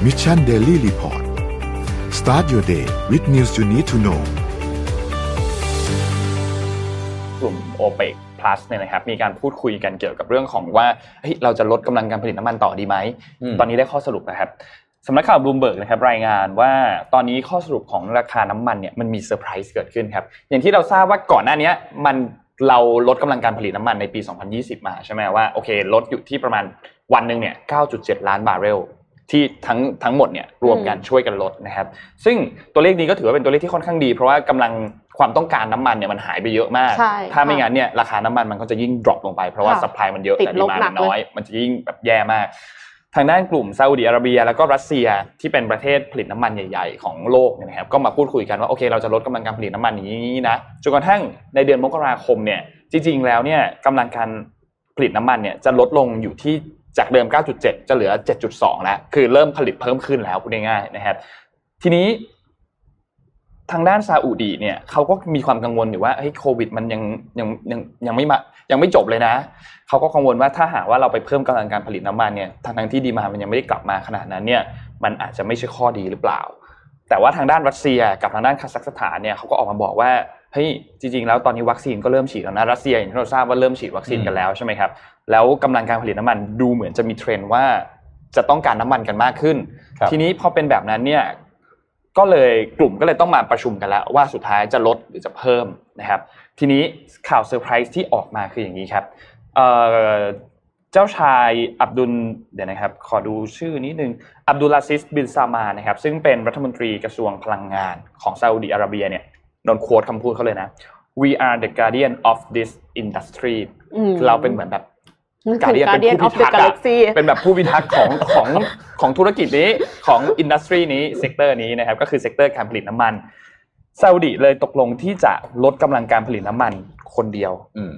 Mission Daily Report Start your day with news you need to know กลุ่ม OPEC Plus เนี่ยนะครับมีการพูดคุยกันเกี่ยวกับเรื่องของว่าเราจะลดกำลังการผลิตน้ำมันต่อดีไหมตอนนี้ได้ข้อสรุปนะครับสำนักข่าว Bloomberg นะครับรายงานว่าตอนนี้ข้อสรุปของราคาน้ำมันเนี่ยมันมีเซอร์ไพรส์เกิดขึ้นครับอย่างที่เราทราบว่าก่อนหน้านี้เราลดกำลังการผลิตน้ำมันในปี2020มาใช่ไหมว่าโอเคลดอยู่ที่ประมาณวันนึงเนี่ย 9.7 ล้านบาร์เรลที่ทั้งหมดเนี่ยรวมกันช่วยกันลดนะครับซึ่งตัวเลขนี้ก็ถือว่าเป็นตัวเลขที่ค่อนข้างดีเพราะว่ากำลังความต้องการน้ำมันเนี่ยมันหายไปเยอะมากถ้าไม่งั้นเนี่ยราคาน้ำมันมันก็จะยิ่ง drop ลงไปเพราะว่า supply มันเยอะแต่ demand มันน้อยมันจะยิ่งแบบแย่มากทางด้านกลุ่มซาอุดิอาระเบียแล้วก็รัสเซียที่เป็นประเทศผลิตน้ำมันใหญ่ๆของโลกเนี่ยนะครับก็มาพูดคุยกันว่าโอเคเราจะลดกำลังการผลิตน้ำมันนี้นะจนกระทั่งในเดือนมกราคมเนี่ยจริงๆแล้วเนี่ยกำลังการผลิตน้ำมันเนี่ยจะลดลงอยู่ที่จากเดิม 9.7 จะเหลือ 7.2 แล้วคือเริ่มผลิตเพิ่มขึ้นแล้วพูดง่ายๆนะครับทีนี้ทางด้านซาอุดีเนี่ยเขาก็มีความกังวลอยู่ว่าโควิดมันยังไม่จบเลยนะเขาก็กังวลว่าถ้าหากว่าเราไปเพิ่มกำลังการผลิตน้ำมันเนี่ยทั้งที่ดีมานด์มันยังไม่ได้กลับมาขนาดนั้นเนี่ยมันอาจจะไม่ใช่ข้อดีหรือเปล่าแต่ว่าทางด้านรัสเซียกับทางด้านคาซัคสถานเนี่ยเขาก็ออกมาบอกว่าจริงๆแล้วตอนนี้วัคซีนก็เริ่มฉีดแล้วนะรัสเซียอย่างที่เราทราบว่าเริ่มฉีดวัคซีนกันแล้วใช่ไหมครับแล้วกำลังการผลิตน้ำมันดูเหมือนจะมีเทรนด์ว่าจะต้องการน้ำมันกันมากขึ้นทีนี้พอเป็นแบบนั้นเนี่ยกลุ่มก็เลยต้องมาประชุมกันแล้วว่าสุดท้ายจะลดหรือจะเพิ่มนะครับทีนี้ข่าวเซอร์ไพรส์ที่ออกมาคืออย่างนี้ครับเจ้าชายอับดุลเดี๋ยวนะครับขอดูชื่อนิดนึงอับดุลอาซิซบินซามานะครับซึ่งเป็นรัฐมนตรีกระทรวงพลังงานของซาอุดิอาระเบียเนี่ยนนโค้ดคำพูดเขาเลยนะ We are the guardian of this industry เราเป็นเหมือนแบบ guardian เป็นผู้พิทักษ์เป็นแบบผู้พิทักษ์ของธุรกิจนี้ของ industry นี้ sector นี้นะครับก็คือ sector การผลิตน้ำมันซาอุดิเลยตกลงที่จะลดกำลังการผลิตน้ำมันคนเดียว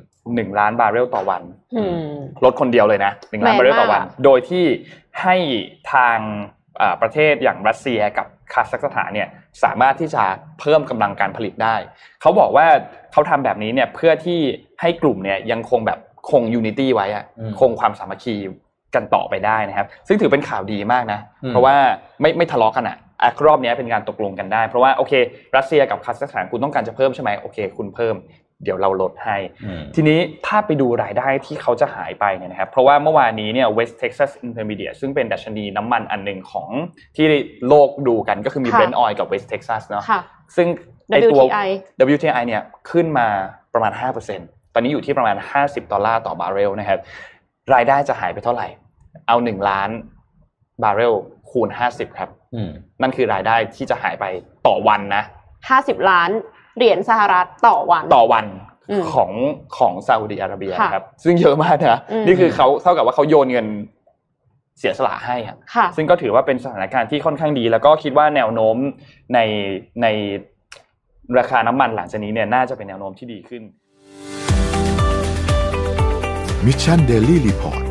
1 ล้านบาร์เรลต่อวันลดคนเดียวเลยนะ1 ล้านบาร์เรลต่อวันโดยที่ให้ทางประเทศอย่างรัสเซียกับคาซัคสถานเนี่ยสามารถที่จะเพิ่มกำลังการผลิตได้เขาบอกว่าเขาทำแบบนี้เนี่ยเพื่อที่ให้กลุ่มเนี่ยยังคงยูนิตี้ไว้คงความสามัคคีกันต่อไปได้นะครับซึ่งถือเป็นข่าวดีมากนะเพราะว่าไม่ทะเลาะกันรอบนี้เป็นการตกลงกันได้เพราะว่าโอเครัสเซียกับคาซัคสถานคุณต้องการจะเพิ่มใช่ไหมโอเคคุณเพิ่มเดี๋ยวเราลดให้ทีนี้ถ้าไปดูรายได้ที่เขาจะหายไปเนี่ยนะครับเพราะว่าเมื่อวานนี้เนี่ย West Texas Intermediate ซึ่งเป็นดัชนีน้ำมันอันหนึ่งของที่โลกดูกันก็คือมี Brent Oil กับ West Texas เนาะซึ่งไอตัว WTI เนี่ยขึ้นมาประมาณ 5% ตอนนี้อยู่ที่ประมาณ$50ต่อบาร์เรลนะครับรายได้จะหายไปเท่าไหร่เอา1 ล้านบาร์เรลคูณ50ครับนั่นคือรายได้ที่จะหายไปต่อวันนะ 50 ล้านเหรียญสหรัฐต่อวันของซาอุดิอาระเบียครับซึ่งเยอะมากนะนี่คือเขาเท่ากับว่าเขาโยนเงินเสียสละให้ซึ่งก็ถือว่าเป็นสถานการณ์ที่ค่อนข้างดีแล้วก็คิดว่าแนวโน้มในราคาน้ำมันหลังจากนี้เนี่ยน่าจะเป็นแนวโน้มที่ดีขึ้น Mission Daily Report